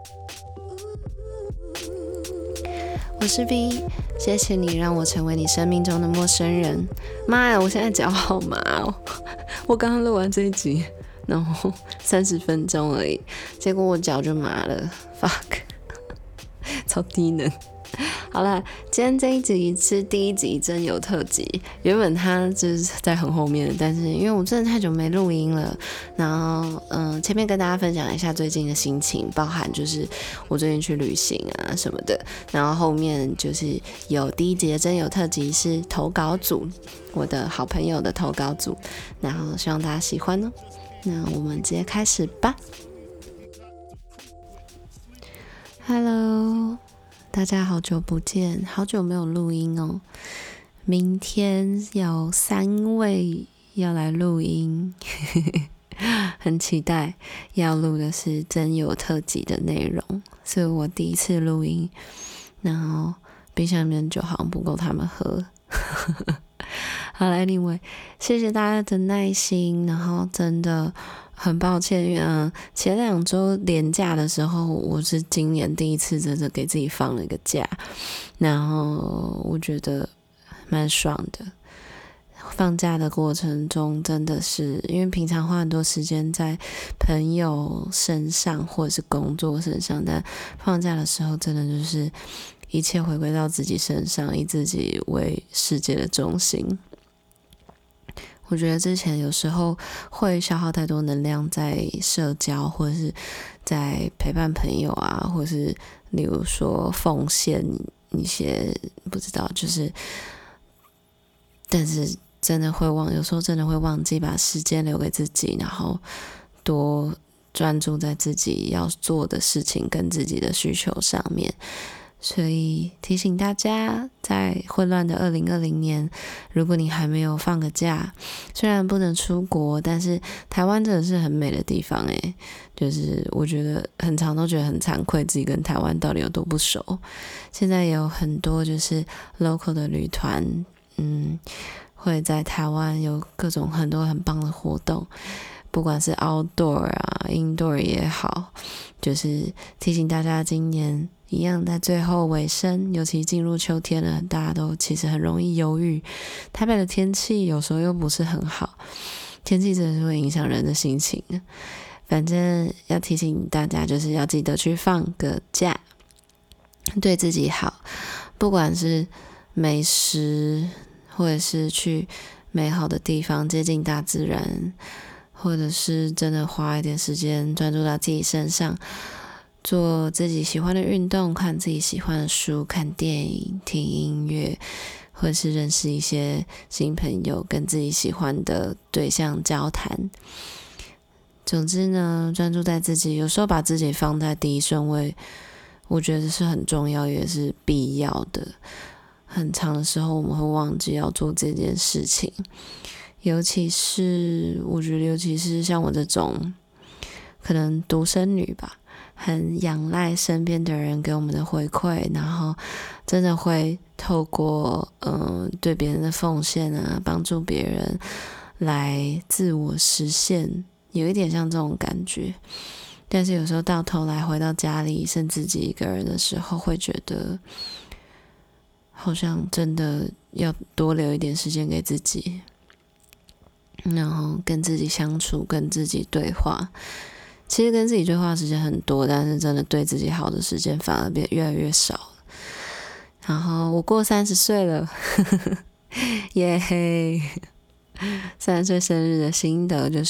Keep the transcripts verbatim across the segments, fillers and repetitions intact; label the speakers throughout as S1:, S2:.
S1: 我是 V， 谢谢你让我成为你生命中的陌生人。妈呀，我现在脚好麻哦！我刚刚录完这一集，然后三十分钟而已，结果我脚就麻了 ，fuck， 超低能。好啦，今天这一集是第一集真有特辑，原本它就是在很后面，但是因为我真的太久没录音了，然后嗯，前面跟大家分享一下最近的心情，包含就是我最近去旅行啊什么的，然后后面就是有第一集的真有特辑是投稿组，我的好朋友的投稿组，然后希望大家喜欢哦。那我们直接开始吧。Hello。大家好久不见，好久没有录音哦。明天有三位要来录音，很期待。要录的是真有特辑的内容，是我第一次录音，然后冰箱里面酒好像不够他们喝。好了 ，anyway， 谢谢大家的耐心，然后真的很抱歉，嗯，前两周连假的时候，我是今年第一次真的给自己放了一个假，然后我觉得蛮爽的。放假的过程中，真的是因为平常花很多时间在朋友身上或者是工作身上，但放假的时候，真的就是一切回归到自己身上，以自己为世界的中心。我觉得之前有时候会消耗太多能量在社交，或者是在陪伴朋友啊，或者是例如说奉献一些不知道，就是但是真的会忘，有时候真的会忘记把时间留给自己，然后多专注在自己要做的事情跟自己的需求上面。所以提醒大家，在混乱的二零二零年，如果你还没有放个假，虽然不能出国，但是台湾真的是很美的地方诶，就是我觉得很常都觉得很惭愧，自己跟台湾到底有多不熟。现在也有很多就是 local 的旅团，嗯，会在台湾有各种很多很棒的活动，不管是 outdoor 啊 indoor 也好，就是提醒大家今年一样在最后尾声，尤其进入秋天了，大家都其实很容易忧郁。台北的天气有时候又不是很好，天气真的是会影响人的心情。反正要提醒大家，就是要记得去放个假，对自己好，不管是美食，或者是去美好的地方接近大自然，或者是真的花一点时间专注到自己身上，做自己喜欢的运动，看自己喜欢的书，看电影，听音乐，或者是认识一些新朋友，跟自己喜欢的对象交谈。总之呢，专注在自己，有时候把自己放在第一顺位，我觉得是很重要，也是必要的。很长的时候我们会忘记要做这件事情，尤其是我觉得尤其是像我这种可能独生女吧，很仰赖身边的人给我们的回馈，然后真的会透过嗯对别人的奉献啊，帮助别人来自我实现，有一点像这种感觉。但是有时候到头来回到家里剩自己一个人的时候，会觉得好像真的要多留一点时间给自己，然后跟自己相处，跟自己对话。其实跟自己对话的时间很多，但是真的对自己好的时间反而变越来越少。然后我过三十岁了，耶嘿！三十岁生日的心得就是，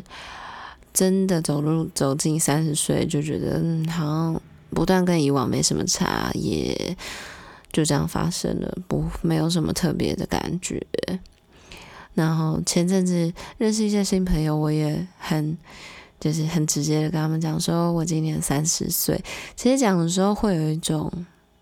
S1: 真的走入走进三十岁，就觉得嗯，好像不但跟以往没什么差，也就这样发生了，不没有什么特别的感觉。然后前阵子认识一些新朋友，我也很就是很直接的跟他们讲说，我今年三十岁。其实讲的时候会有一种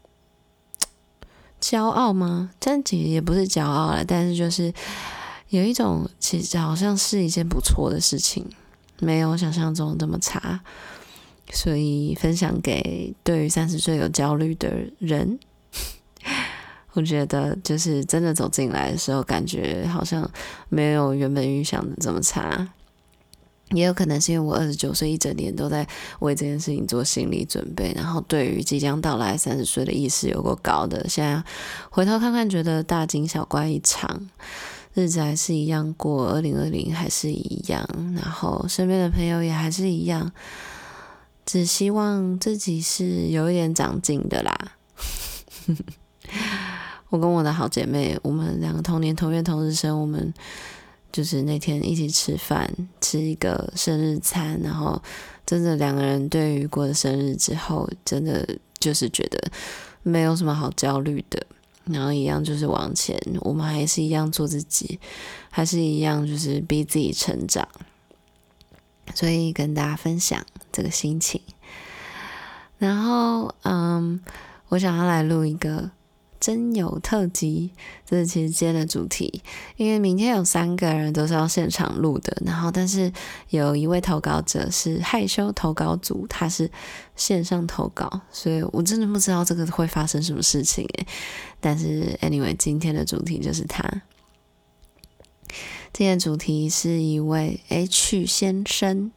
S1: 骄傲吗？但其实也不是骄傲了，但是就是有一种其实好像是一件不错的事情，没有想象中这么差。所以分享给对于三十岁有焦虑的人。我觉得就是真的走进来的时候，感觉好像没有原本预想的这么差。 也有可能是因为我二十九岁一整年都在为这件事情做心理准备，然后对于即将到来三十岁的意识有够高的，现在回头看看觉得大惊小怪一场，日子还是一样过，二零二零还是一样，然后身边的朋友也还是一样，只希望自己是有一点长进的啦。我跟我的好姐妹，我们两个同年同月同日生，我们就是那天一起吃饭，吃一个生日餐，然后真的两个人对于过了生日之后，真的就是觉得没有什么好焦虑的，然后一样就是往前，我们还是一样做自己，还是一样就是逼自己成长，所以跟大家分享这个心情。然后嗯，我想要来录一个真有特辑，这是其实今天的主题，因为明天有三个人都是要现场录的，然后但是有一位投稿者是害羞投稿组，他是线上投稿，所以我真的不知道这个会发生什么事情耶，但是 anyway 今天的主题就是他。今天的主题是一位 H 先生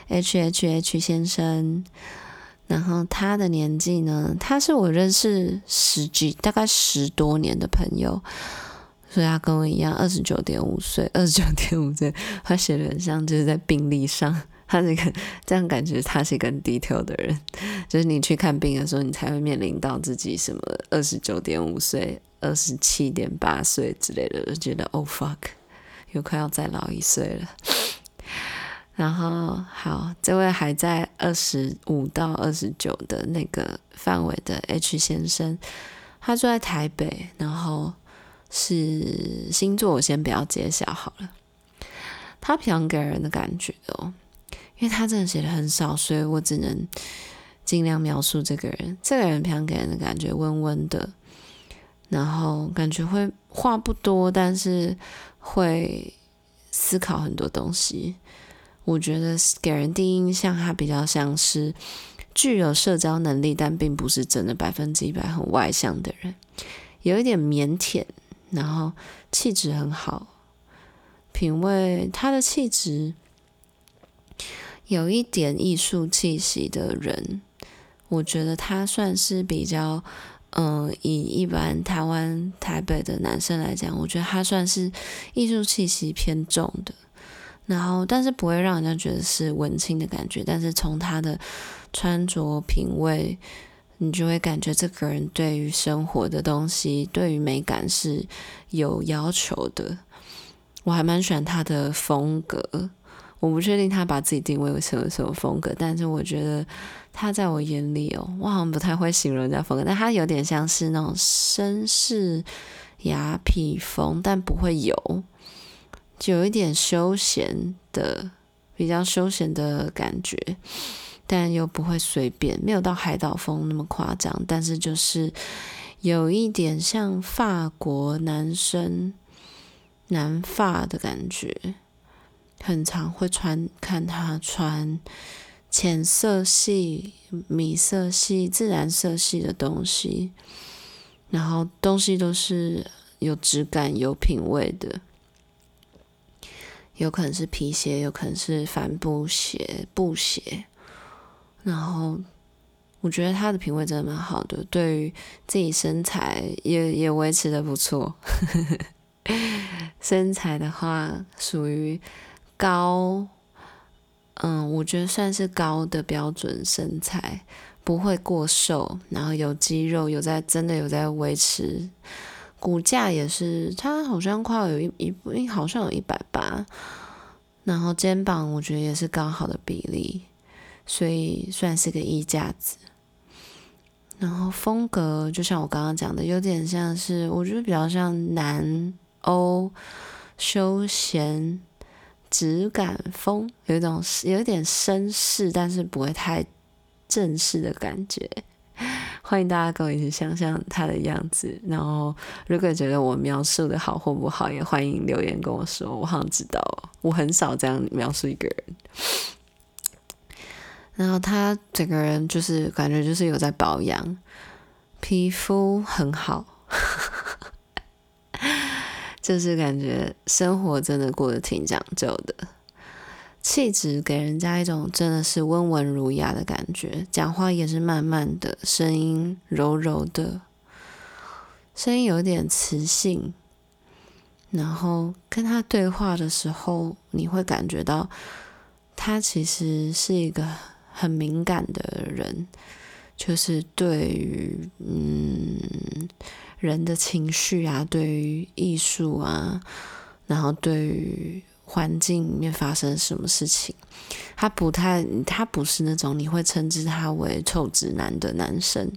S1: H H H 先生，然后他的年纪呢，他是我认识十几大概十多年的朋友，所以他跟我一样二十九点五岁二十九点五岁，他写的很像就是在病历上，他是一个这样感觉他是一个很 detail 的人，就是你去看病的时候你才会面临到自己什么二十九点五岁二十七点八岁之类的，就觉得 oh fuck 又快要再老一岁了。然后好，这位还在二十五到二十九的那个范围的 H 先生，他住在台北，然后是星座我先不要揭晓好了。他平常给人的感觉哦，因为他真的写的很少，所以我只能尽量描述这个人。这个人平常给人的感觉温温的，然后感觉会话不多，但是会思考很多东西。我觉得给人第一印象，他比较像是具有社交能力，但并不是真的百分之一百很外向的人，有一点腼腆，然后气质很好，品味他的气质有一点艺术气息的人，我觉得他算是比较嗯，以一般台湾台北的男生来讲，我觉得他算是艺术气息偏重的，然后但是不会让人家觉得是文青的感觉，但是从他的穿着品味，你就会感觉这个人对于生活的东西，对于美感是有要求的。我还蛮喜欢他的风格，我不确定他把自己定位为什么什么风格，但是我觉得他在我眼里哦，我好像不太会形容人家风格，但他有点像是那种绅士雅痞风，但不会油，就有一点休闲的，比较休闲的感觉，但又不会随便，没有到海岛风那么夸张，但是就是有一点像法国男生南法的感觉，很常会穿看他穿浅色系、米色系、自然色系的东西，然后东西都是有质感、有品味的。有可能是皮鞋，有可能是帆布鞋、布鞋，然后我觉得他的品味真的蛮好的，对于自己身材也也维持得不错。身材的话，属于高，嗯，我觉得算是高的标准身材，不会过瘦，然后有肌肉，有在真的有在维持。骨架也是，他好像快要有一一好像有一百八，然后肩膀我觉得也是刚好的比例，所以算是个衣架子。然后风格就像我刚刚讲的，有点像是我觉得比较像南欧休闲质感风，有一种有一点绅士，但是不会太正式的感觉。欢迎大家跟我一起想象他的样子，然后如果觉得我描述的好或不好，也欢迎留言跟我说，我好像知道我很少这样描述一个人。然后他整个人就是感觉就是有在保养，皮肤很好，就是感觉生活真的过得挺讲究的。 气质给人家一种真的是温文儒雅的感觉，讲话也是慢慢的，声音柔柔的，声音有点磁性，然后跟他对话的时候，你会感觉到他其实是一个很敏感的人，就是对于嗯人的情绪啊，对于艺术啊，然后对于环境里面发生什么事情，他不太，他不是那种你会称之他为臭直男的男生。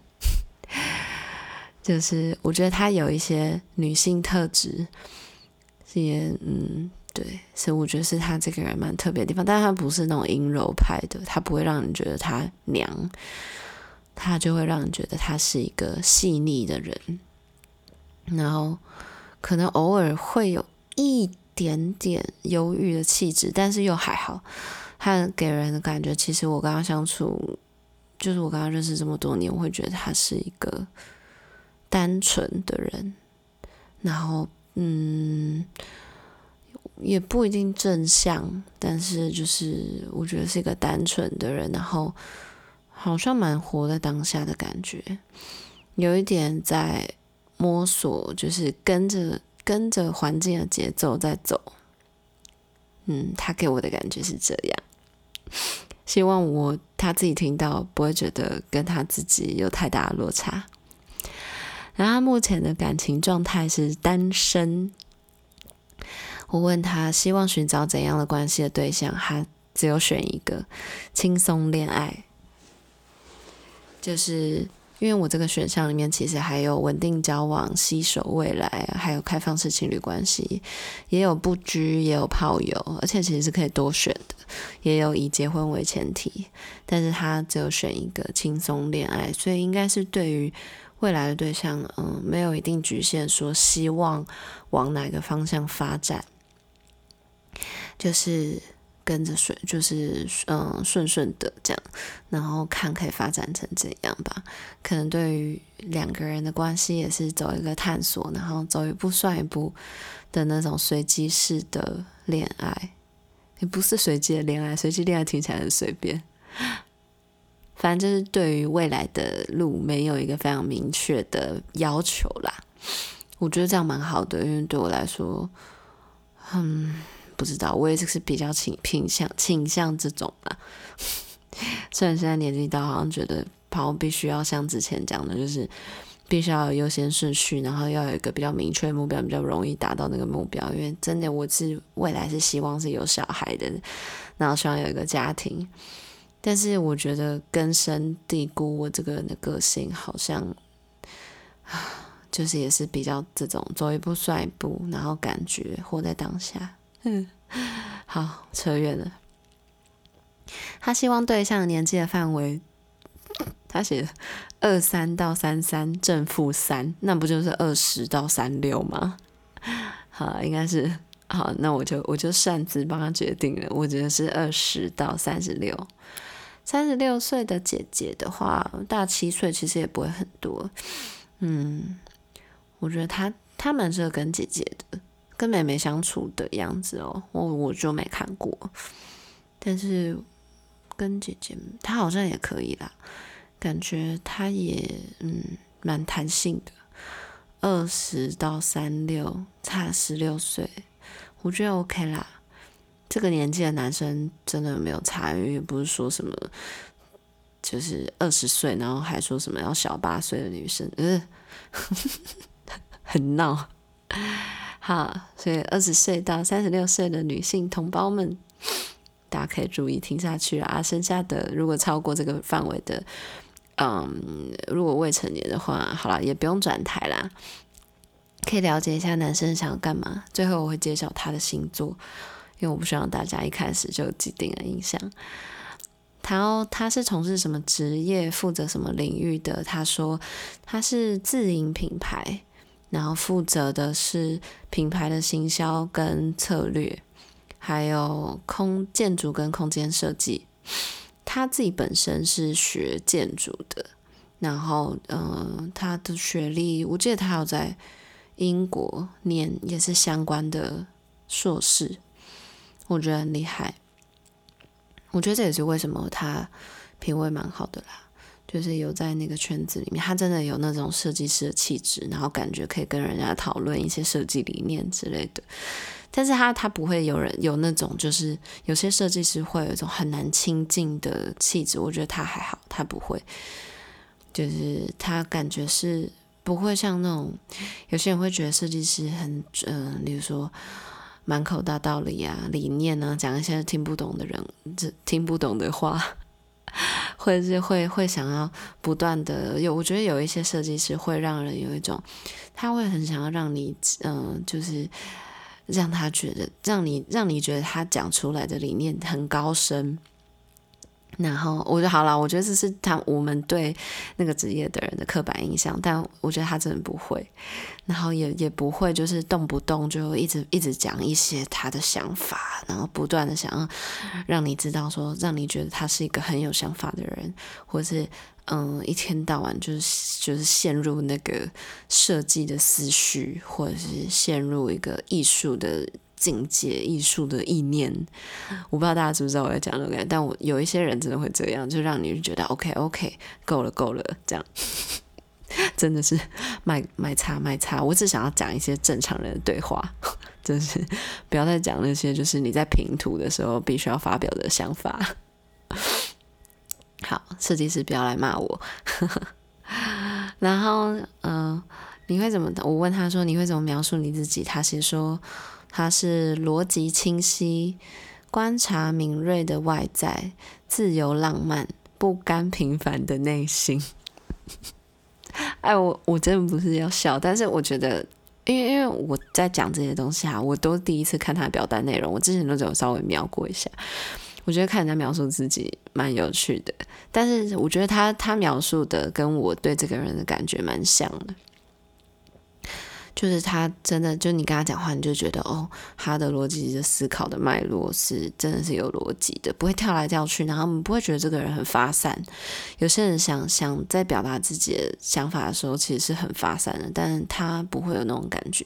S1: 就是我觉得他有一些女性特质，也嗯对，所以我觉得是他这个人蛮特别的地方。但是他不是那种阴柔派的，他不会让你觉得他娘，他就会让你觉得他是一个细腻的人，然后可能偶尔会有一点点忧郁的气质，但是又还好。他给人的感觉，其实我跟他相处，就是我跟他认识这么多年，我会觉得他是一个单纯的人，然后嗯，也不一定正向，但是就是我觉得是一个单纯的人，然后好像蛮活在当下的感觉，有一点在摸索，就是跟着跟着环境的节奏在走。嗯，他给我的感觉是这样，希望我他自己听到不会觉得跟他自己有太大的落差。然后他目前的感情状态是单身。我问他希望寻找怎样的关系的对象，他只有选一个轻松恋爱，就是因为我这个选项里面其实还有稳定交往、携手未来，还有开放式情侣关系，也有不居，也有炮友，而且其实是可以多选的，也有以结婚为前提，但是他只有选一个轻松恋爱，所以应该是对于未来的对象，嗯，没有一定局限说希望往哪个方向发展，就是跟着顺，就是嗯顺顺的这样，然后看可以发展成怎样吧。可能对于两个人的关系也是走一个探索，然后走一步算一步的那种随机式的恋爱，也不是随机的恋爱，随机恋爱听起来很随便。反正就是对于未来的路没有一个非常明确的要求啦，我觉得这样蛮好的，因为对我来说，嗯。不知道，我也是比较倾倾向倾向这种啦。虽然现在年纪大，好像觉得跑必须要像之前讲的，就是必须要有优先顺序，然后要有一个比较明确的目标，比较容易达到那个目标。因为真的，我是未来是希望是有小孩的，然后希望有一个家庭。但是我觉得根深蒂固，我这个人的个性好像就是也是比较这种走一步算一步，然后感觉活在当下。嗯，好，扯远了。他希望对象年纪的范围，他写二三到三三正负三，那不就是二十到三六吗？好，应该是好，那我就我就擅自帮他决定了，我觉得是二十到三十六。三十六岁的姐姐的话，大七岁其实也不会很多。嗯，我觉得他他蛮适合跟姐姐的。跟妹妹相处的样子哦，我我就没看过，但是跟姐姐她好像也可以啦，感觉她也嗯蛮弹性的，二十到三六差十六岁，我觉得 OK 啦。这个年纪的男生真的没有差，因为不是说什么就是二十岁，然后还说什么要小八岁的女生，呃，很闹。好，所以二十岁到三十六岁的女性同胞们，大家可以注意听下去啊。剩下的如果超过这个范围的，嗯，如果未成年的话，好啦，也不用转台啦，可以了解一下男生想要干嘛。最后我会揭晓他的星座，因为我不希望大家一开始就有既定的印象。然后他是从事什么职业，负责什么领域的？他说他是自营品牌。然后负责的是品牌的行销跟策略，还有空建筑跟空间设计。他自己本身是学建筑的，然后呃，他的学历我记得他有在英国念也是相关的硕士，我觉得很厉害。 我觉得这也是为什么他品味蛮好的啦，就是有在那个圈子里面，他真的有那种设计师的气质，然后感觉可以跟人家讨论一些设计理念之类的。但是他他不会有人有那种，就是有些设计师会有一种很难亲近的气质，我觉得他还好，他不会，就是他感觉是不会像那种有些人会觉得设计师很嗯、呃，比如说满口大道理啊、理念啊，讲一些听不懂的人，这听不懂的话，或者是会会想要不断的有，我觉得有一些设计师会让人有一种，他会很想要让你嗯、呃，就是让他觉得让你让你觉得他讲出来的理念很高深。然后我觉得好啦，我觉得这是他我们对那个职业的人的刻板印象，但我觉得他真的不会，然后也也不会就是动不动就一直一直讲一些他的想法，然后不断的想要让你知道说，让你觉得他是一个很有想法的人，或是嗯一天到晚就是就是陷入那个设计的思绪，或者是陷入一个艺术的境界、艺术的意念。我不知道大家知不知道我在讲那个，但我有一些人真的会这样，就让你觉得 OK OK 够了够了这样。真的是卖卖差卖差，我只想要讲一些正常人的对话，真是不要再讲那些就是你在评图的时候必须要发表的想法。好，设计师不要来骂我。然后嗯、呃，你会怎么？我问他说你会怎么描述你自己？他是说他是逻辑清晰、观察敏锐的外在、自由浪漫、不甘平凡的内心。哎，我我真的不是要笑，但是我觉得，因为因为我在讲这些东西啊，我都第一次看他的表单内容，我之前都只有稍微瞄过一下。我觉得看人家描述自己蛮有趣的，但是我觉得他他描述的跟我对这个人的感觉蛮像的。就是他真的，就你跟他讲话，你就觉得哦，他的逻辑的思考的脉络是真的是有逻辑的，不会跳来跳去，然后我们不会觉得这个人很发散。有些人想想在表达自己的想法的时候，其实是很发散的，但他不会有那种感觉，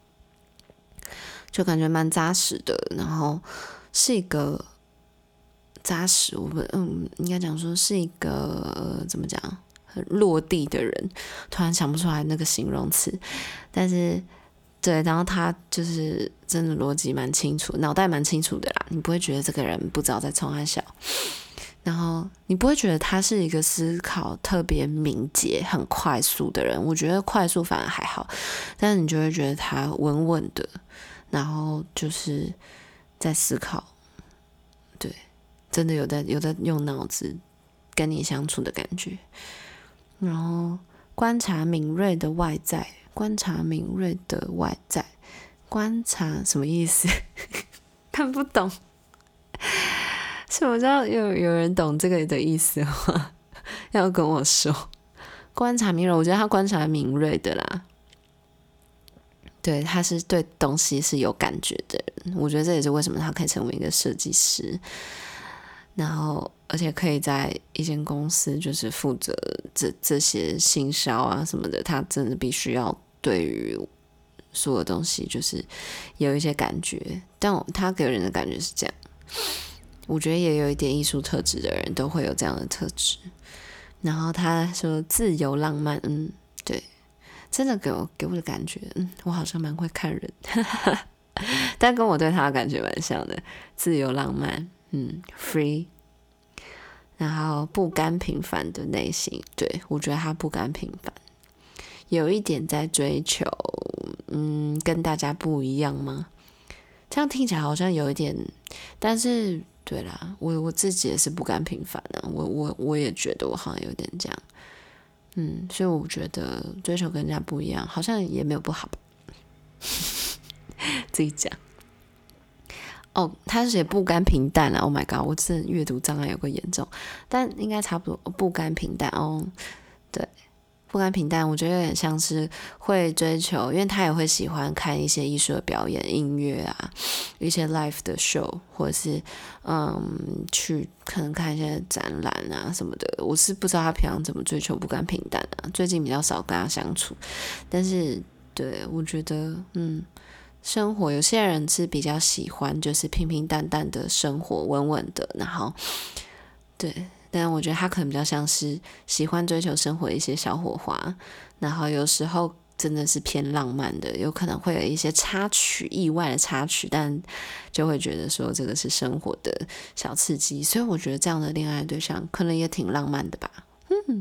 S1: 就感觉蛮扎实的，然后是一个扎实，我们嗯，应该讲说是一个、呃、怎么讲？很落地的人，突然想不出来那个形容词，但是对，然后他就是真的逻辑蛮清楚，脑袋蛮清楚的啦，你不会觉得这个人不知道在冲他笑，然后你不会觉得他是一个思考特别敏捷、很快速的人，我觉得快速反而还好，但是你就会觉得他稳稳的，然后就是在思考，对，真的有在有在用脑子跟你相处的感觉。然后观察敏锐的外在，观察敏锐的外在，观察什么意思？看不懂。是我知道有有人懂这个的意思的话，要跟我说。观察敏锐，我觉得他观察敏锐的啦。对，他是对东西是有感觉的人，我觉得这也是为什么他可以成为一个设计师。然后而且可以在一间公司就是负责这这些行销啊什么的，他真的必须要对于所有东西就是有一些感觉，但他给人的感觉是这样。我觉得也有一点艺术特质的人都会有这样的特质。然后他说自由浪漫，嗯，对，真的给我给我的感觉，嗯，我好像蛮会看人，但跟我对他的感觉蛮像的，自由浪漫。嗯 ，free， 然后不甘平凡的内心，对，我觉得他不甘平凡，有一点在追求，嗯，跟大家不一样吗？这样听起来好像有一点，但是对啦，我我自己也是不甘平凡啊，我我我也觉得我好像有点这样，嗯，所以我觉得追求跟人家不一样，好像也没有不好，自己讲。哦，他写不甘平淡啊 ！Oh my god， 我真的阅读障碍有个严重，但应该差不多。不甘平淡哦，对，不甘平淡，我觉得有点像是会追求，因为他也会喜欢看一些艺术的表演、音乐啊，一些 live 的 show， 或者是嗯，去可能看一些展览啊什么的。我是不知道他平常怎么追求不甘平淡啊，最近比较少跟他相处，但是对我觉得嗯。 生活，有些人是比较喜欢就是平平淡淡的生活，稳稳的，然后对，但我觉得他可能比较像是喜欢追求生活的一些小火花，然后有时候真的是偏浪漫的，有可能会有一些插曲，意外的插曲，但就会觉得说这个是生活的小刺激，所以我觉得这样的恋爱对象可能也挺浪漫的吧。嗯，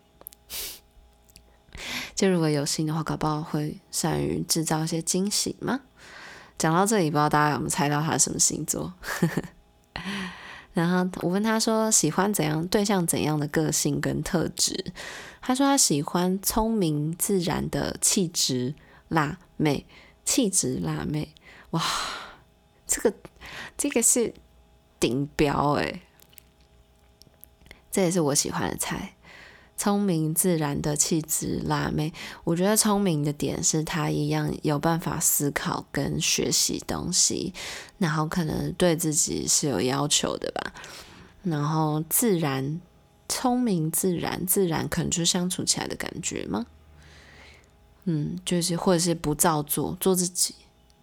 S1: 就如果有心的话，搞不好会善于制造一些惊喜吗？讲到这里，不知道大家有没有猜到他什么星座？然后我问他说喜欢怎样对象怎样的个性跟特质，他说他喜欢聪明自然的气质辣妹，气质辣妹，哇，这个这个是顶标诶，这也是我喜欢的菜。聪明自然的气质辣妹，我觉得聪明的点是她一样有办法思考跟学习东西，然后可能对自己是有要求的吧，然后自然聪明自然自然可能就是相处起来的感觉吗？嗯，就是或者是不造作，做自己。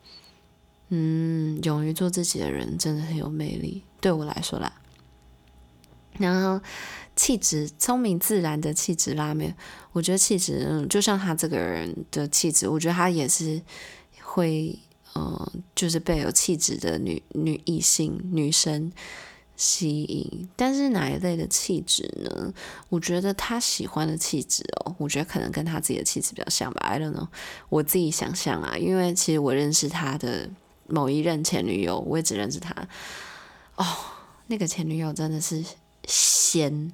S1: 嗯，勇于做自己的人真的很有魅力，对我来说啦。然后气质聪明自然的气质辣妹，我觉得气质，嗯，就像他这个人的气质，我觉得他也是会，呃，就是被有气质的女女异性女生吸引。但是哪一类的气质呢？我觉得他喜欢的气质哦，我觉得可能跟他自己的气质比较像吧。I don't know， 我自己想象啊，因为其实我认识他的某一任前女友，我也只认识他。哦，那个前女友真的是仙。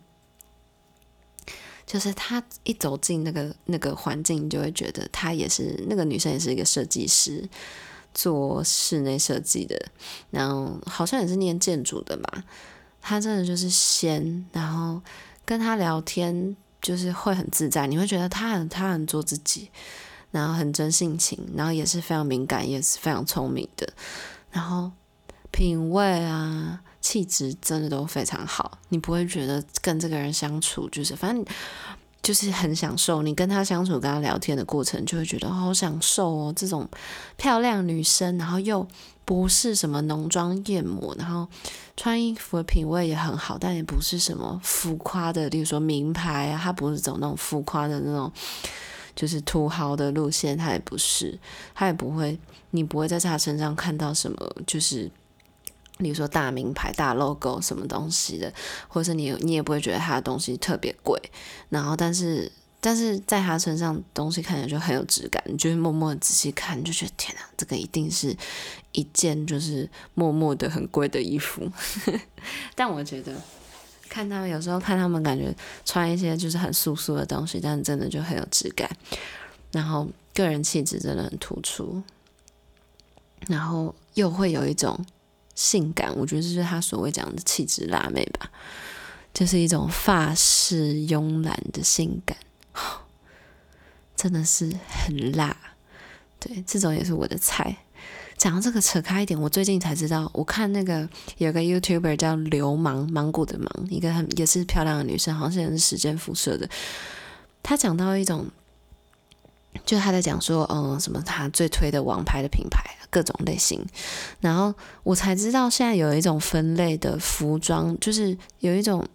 S1: 就是他一走进那个那个环境，你就会觉得他也是那个女生，也是一个设计师，做室内设计的，然后好像也是念建筑的吧。他真的就是仙，然后跟他聊天就是会很自在，你会觉得他很他很做自己，然后很真性情，然后也是非常敏感，也是非常聪明的，然后品味啊。气质真的都非常好，你不会觉得跟这个人相处就是反正就是很享受，你跟他相处跟他聊天的过程就会觉得好享受哦，这种漂亮女生，然后又不是什么浓妆艳抹，然后穿衣服的品味也很好，但也不是什么浮夸的，例如说名牌啊，他不是走那种浮夸的那种就是土豪的路线，他也不是，他也不会，你不会在他身上看到什么就是比如说大名牌大 logo 什么东西的，或是你你也不会觉得他的东西特别贵，然后但是但是在他身上东西看起来就很有质感，你就会默默的仔细看，你就觉得天哪，这个一定是一件就是默默的很贵的衣服但我觉得看他们有时候看他们感觉穿一些就是很素素的东西，但真的就很有质感，然后个人气质真的很突出，然后又会有一种性感，我觉得这是他所谓讲的气质辣妹吧，就是一种法式慵懒的性感，真的是很辣。对，这种也是我的菜。讲到这个扯开一点，我最近才知道，我看那个有个 YouTuber 叫流氓，芒果的芒，一个很也是漂亮的女生，好像也是时间辐射的。她讲到一种，就她在讲说，嗯，什么她最推的王牌的品牌，各种类型。然后我才知道，现在有一种分类的服装，就是有一种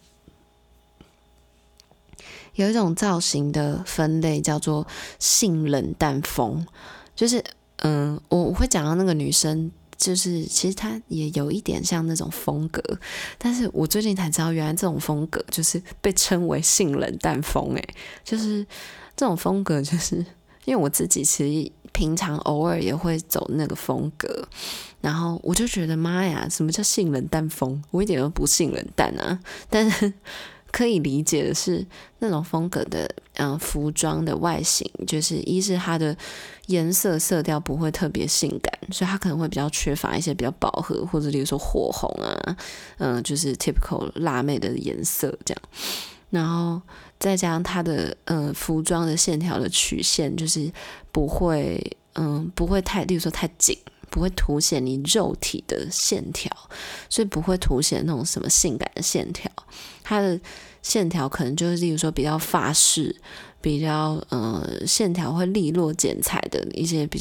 S1: 有一种造型的分类叫做性冷淡风，就是嗯，我我会讲到那个女生，就是其实她也有一点像那种风格，但是我最近才知道，原来这种风格就是被称为性冷淡风，诶，就是这种风格，就是因为我自己其实平常偶尔也会走那个风格，然后我就觉得妈呀，什么叫性冷淡风？我一点都不性冷淡啊，但是可以理解的是，那种风格的嗯服装的外形，就是一是它的颜色色调不会特别性感，所以它可能会比较缺乏一些比较饱和或者比如说火红啊，嗯，就是 typical 辣妹的颜色这样，然后再加上它的嗯服装的线条的曲线，就是不会嗯不会太，例如说太紧。不会凸显你肉体的线条，所以不会凸显那种什么性感的线条。它的线条可能就是例如说比较法式，比较呃线条会利落剪裁的一些比较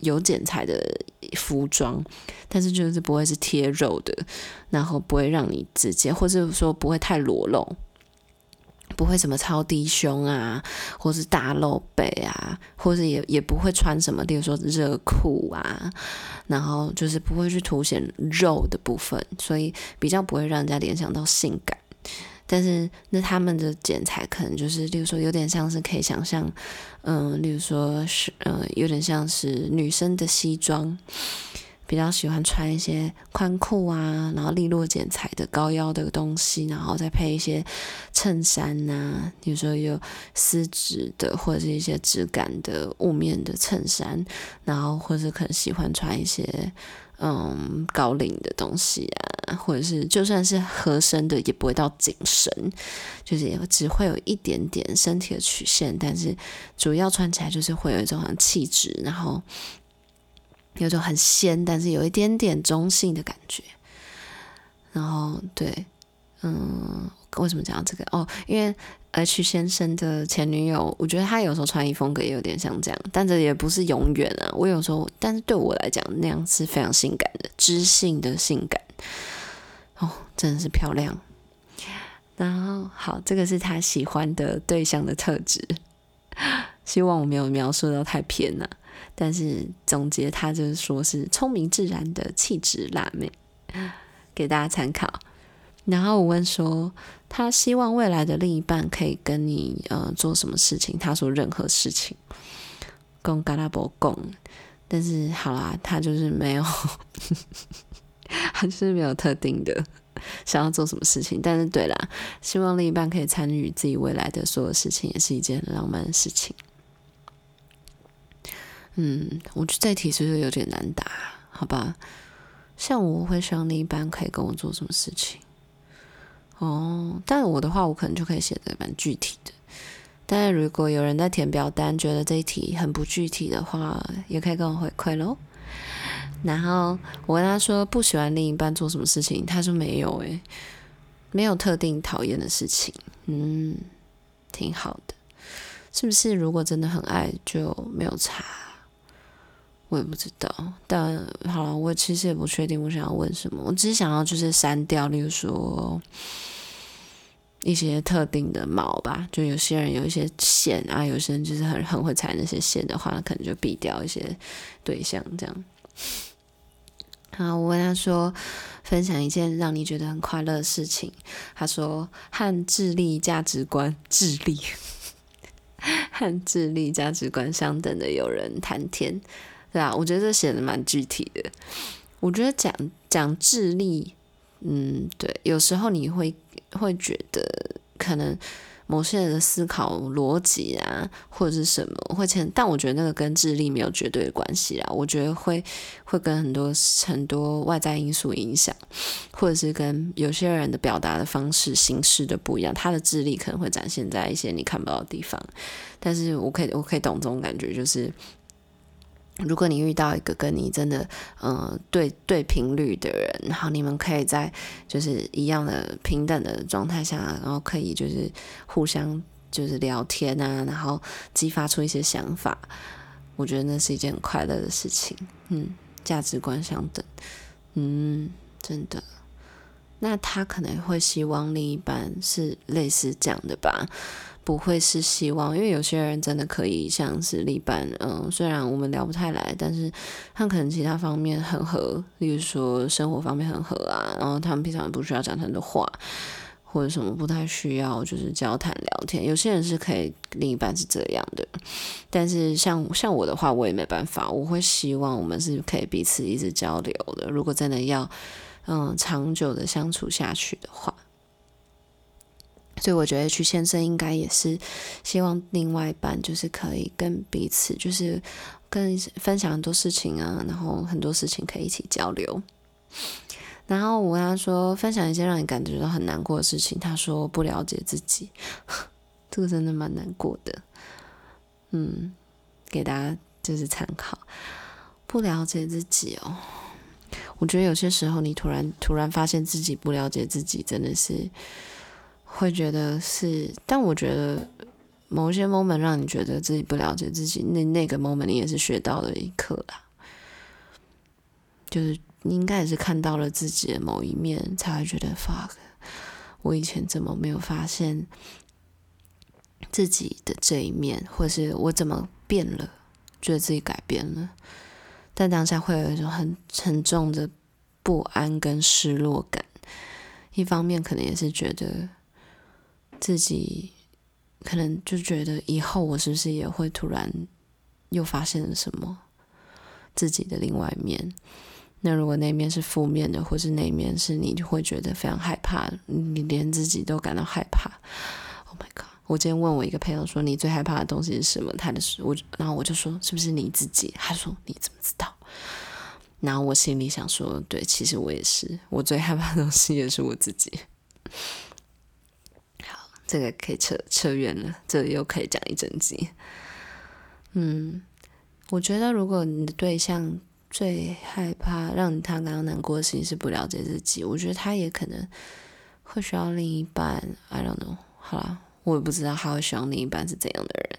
S1: 有剪裁的服装，但是就是不会是贴肉的，然后不会让你直接，或者说不会太裸露，不会什么超低胸啊，或是大露背啊，或是也也不会穿什么，例如说热裤啊，然后就是不会去凸显肉的部分，所以比较不会让人家联想到性感。但是那他们的剪裁可能就是，例如说有点像是可以想象，嗯、呃，例如说是呃，有点像是女生的西装，比较喜欢穿一些宽裤啊，然后利落剪裁的高腰的东西，然后再配一些衬衫啊，比如说有丝质的或者是一些质感的雾面的衬衫，然后或者可能喜欢穿一些嗯高领的东西啊，或者是就算是合身的也不会到紧身，就是也只会有一点点身体的曲线，但是主要穿起来就是会有一种很气质，然后有种很仙，但是有一点点中性的感觉。然后对，嗯，为什么讲到这个？哦，因为 H 先生的前女友，我觉得他有时候穿衣风格也有点像这样，但这也不是永远啊。我有时候，但是对我来讲，那样是非常性感的，知性的性感。哦，真的是漂亮。然后好，这个是他喜欢的对象的特质。希望我没有描述到太偏了、啊，但是总结他就是说是聪明自然的气质辣妹，给大家参考。然后我问说，他希望未来的另一半可以跟你呃做什么事情？他说任何事情，讲嘎拉不讲，但是好啦，他就是没有，他就是没有特定的想要做什么事情。但是对啦，希望另一半可以参与自己未来的所有事情，也是一件很浪漫的事情。嗯，我觉得这题是不是有点难答？好吧，像我会希望另一半可以跟我做什么事情。哦，但我的话，我可能就可以写得蛮具体的。但是如果有人在填表单觉得这一题很不具体的话，也可以跟我回馈咯。然后我跟他说不喜欢另一半做什么事情，他说没有诶，没有特定讨厌的事情。嗯，挺好的。是不是如果真的很爱就没有差？我也不知道，但好了，我其实也不确定我想要问什么，我只是想要就是删掉，例如说一些特定的毛吧，就有些人有一些线啊，有些人就是很很会踩那些线的话，可能就避掉一些对象这样。好，我问他说，分享一件让你觉得很快乐的事情。他说和智力价值观，智力和智力价值观相等的有人谈天。对啊，我觉得这写的蛮具体的。我觉得讲讲智力，嗯，对，有时候你会会觉得可能某些人的思考逻辑啊，或者是什么会牵，但我觉得那个跟智力没有绝对的关系啦。我觉得会会跟很多很多外在因素影响，或者是跟有些人的表达的方式、形式的不一样，他的智力可能会展现在一些你看不到的地方。但是我可以我可以懂这种感觉，就是如果你遇到一个跟你真的呃对对频率的人，然后你们可以在就是一样的平等的状态下，然后可以就是互相就是聊天啊，然后激发出一些想法，我觉得那是一件很快乐的事情。嗯，价值观相等，嗯，真的。那他可能会希望另一半是类似这样的吧，不会是希望，因为有些人真的可以像是另一半，嗯，虽然我们聊不太来，但是他可能其他方面很合，例如说生活方面很合啊，然后他们平常不需要讲很多话，或者什么不太需要就是交谈聊天。有些人是可以，另一半是这样的，但是像像我的话，我也没办法，我会希望我们是可以彼此一直交流的。如果真的要嗯长久的相处下去的话。所以我觉得H先生应该也是希望另外一半就是可以跟彼此就是跟分享很多事情啊，然后很多事情可以一起交流。然后我跟他说分享一件让你感觉到很难过的事情，他说不了解自己，这个真的蛮难过的。嗯，给大家就是参考，不了解自己哦。我觉得有些时候你突然突然发现自己不了解自己，真的是会觉得是，但我觉得某一些 moment 让你觉得自己不了解自己，那那个 moment 你也是学到了一课啦。 就是你应该也是看到了自己的某一面，才会觉得 fuck， 我以前怎么没有发现自己的这一面，或是我怎么变了，觉得自己改变了，但当下会有一种很沉重的不安跟失落感。一方面可能也是觉得自己可能就觉得以后我是不是也会突然又发现了什么自己的另外一面，那如果那一面是负面的，或是那一面是你就会觉得非常害怕，你连自己都感到害怕。 Oh my god， 我今天问我一个朋友说你最害怕的东西是什么，他的我然后我就说是不是你自己，他说你怎么知道，然后我心里想说对，其实我也是，我最害怕的东西也是我自己。好，这个可以扯扯远了，这又可以讲一整集。嗯，我觉得如果你的对象最害怕让他感到难过的事情是不了解自己，我觉得他也可能会需要另一半。 I don't know， 好啦，我也不知道他会希望另一半是怎样的人。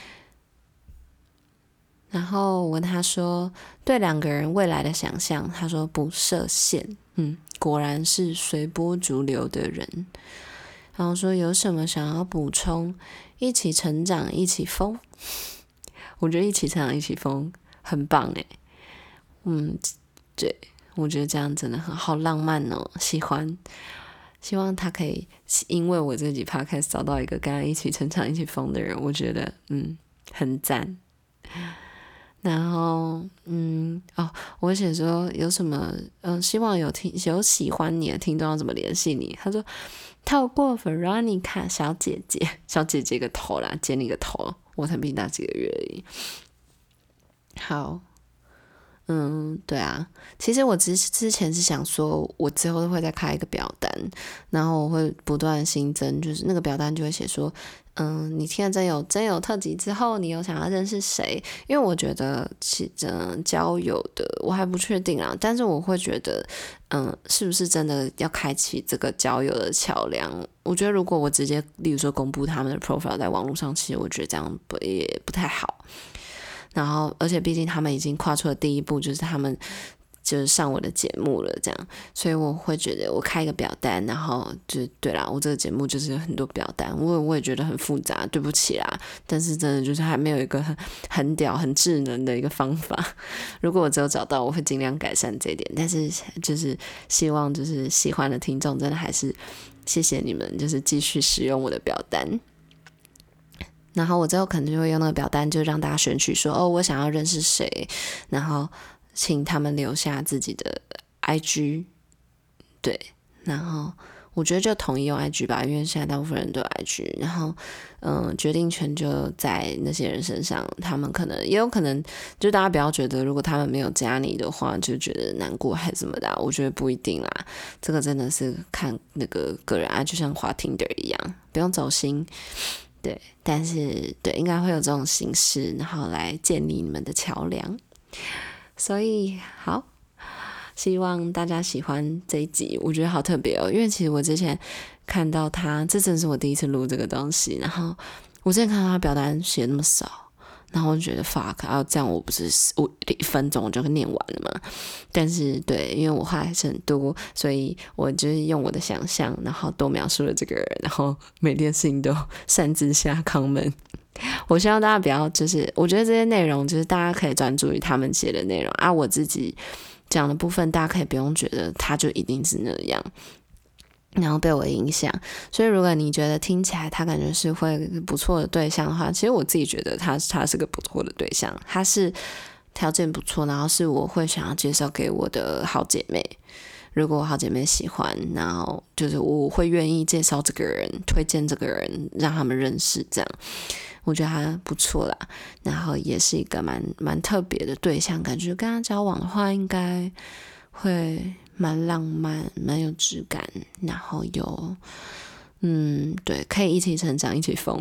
S1: 然后我问他说对两个人未来的想象，他说不设限。嗯，果然是随波逐流的人。然后说有什么想要补充，一起成长一起疯。我觉得一起成长一起疯很棒耶。嗯，对，我觉得这样真的很好浪漫哦，喜欢。希望他可以因为我这集 podcast 找到一个跟他一起成长一起疯的人，我觉得嗯很赞。然后嗯哦，我写说有什么嗯，希望有听有喜欢你的听众要怎么联系你？他说透过 Veronica 小姐姐，小姐姐个头啦，剪你个头，我才比你大几个月而已。好，嗯，对啊，其实我之之前是想说，我之后会再开一个表单，然后我会不断新增，就是那个表单就会写说，嗯，你听了真有真有特辑之后，你有想要认识谁？因为我觉得其嗯交友的我还不确定啊，但是我会觉得，嗯，是不是真的要开启这个交友的桥梁？我觉得如果我直接，例如说公布他们的 profile 在网络上，其实我觉得这样不也不太好。然后，而且毕竟他们已经跨出了第一步，就是他们就是上我的节目了，这样，所以我会觉得我开一个表单，然后就对啦，我这个节目就是有很多表单，我我也觉得很复杂，对不起啦，但是真的就是还没有一个很很屌、很智能的一个方法。如果我只有找到，我会尽量改善这一点。但是就是希望就是喜欢的听众，真的还是谢谢你们，就是继续使用我的表单。然后我之后可能就会用那个表单，就让大家选取说，哦，我想要认识谁，然后请他们留下自己的 I G， 对，然后我觉得就统一用 I G 吧，因为现在大部分人都有 I G， 然后嗯，决定权就在那些人身上，他们可能也有可能，就大家不要觉得如果他们没有加你的话，就觉得难过还是什么的，我觉得不一定啦，这个真的是看那个个人啊，就像滑 Tinder 一样，不用走心。对，但是对，应该会有这种形式，然后来建立你们的桥梁。所以好，希望大家喜欢这一集，我觉得好特别哦，因为其实我之前看到他，这真是我第一次录这个东西，然后我之前看到他表单写那么少。然后我就觉得 fuck， 啊，这样我不是我一分钟我就念完了嘛？但是对，因为我话还是很多，所以我就是用我的想象，然后多描述了这个人，然后每件事情都擅自下comment。我希望大家不要，就是我觉得这些内容就是大家可以专注于他们写的内容啊，我自己讲的部分大家可以不用觉得他就一定是那样。然后被我影响，所以如果你觉得听起来他感觉是会不错的对象的话，其实我自己觉得他他是个不错的对象，他是条件不错，然后是我会想要介绍给我的好姐妹。如果我好姐妹喜欢，然后就是我会愿意介绍这个人，推荐这个人让他们认识，这样我觉得他不错啦。然后也是一个蛮蛮特别的对象，感觉跟他交往的话应该会蛮浪漫，蛮有质感，然后有嗯对，可以一起成长一起疯。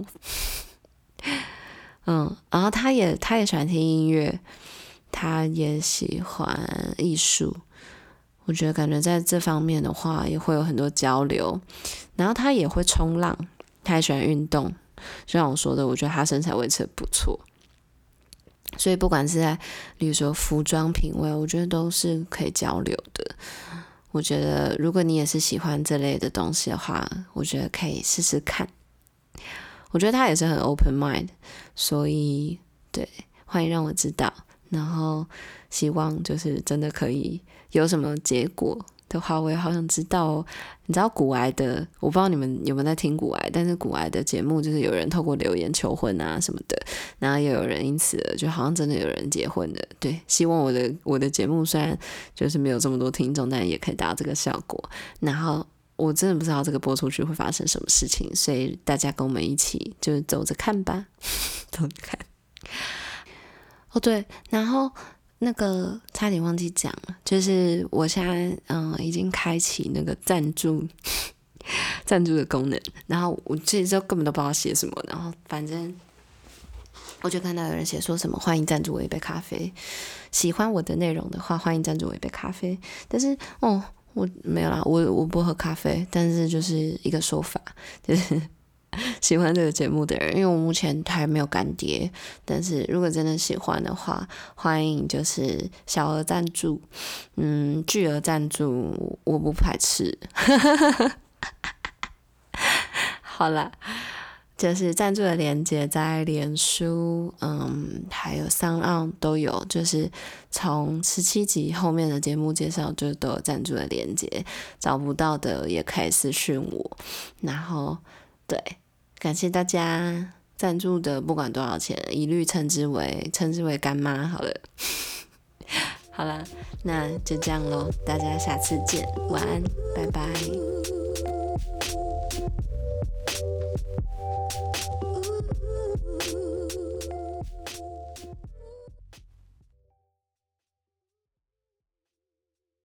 S1: 嗯，然后他也他也喜欢听音乐，他也喜欢艺术，我觉得感觉在这方面的话也会有很多交流。然后他也会冲浪，他也喜欢运动，就像我说的，我觉得他身材维持得不错。 所以不管是在比如说服装品味，我觉得都是可以交流的。我觉得如果你也是喜欢这类的东西的话，我觉得可以试试看。我觉得他也是很 open mind， 所以对，欢迎让我知道。然后希望就是真的可以有什么结果的话，我也好想知道哦。你知道股癌的，我不知道你们有没有在听股癌，但是股癌的节目就是有人透过留言求婚啊什么的，然后也有人因此就好像真的有人结婚了。对，希望我的我的节目虽然就是没有这么多听众，但也可以达到这个效果。然后我真的不知道这个播出去会发生什么事情，所以大家跟我们一起就是走着看吧，走着看。哦对，然后那个差点忘记讲了，就是我现在嗯已经开启那个赞助赞助的功能，然后我其实就根本都不知道写什么，然后反正我就看到有人写说什么欢迎赞助我一杯咖啡，喜欢我的内容的话欢迎赞助我一杯咖啡，但是哦我没有啦，我我不喝咖啡，但是就是一个说法，就是喜欢这个节目的人，因为我目前还没有干爹，但是如果真的喜欢的话，欢迎就是小额赞助，嗯，巨额赞助我不排斥。好啦，就是赞助的连结在脸书，嗯，还有SoundOn都有，就是从十七集后面的节目介绍就都有赞助的连结，找不到的也可以私讯我，然后对。感谢大家赞助的，不管多少钱，一律称之为称之为干妈好了。好啦，那就这样咯，大家下次见，晚安，拜拜。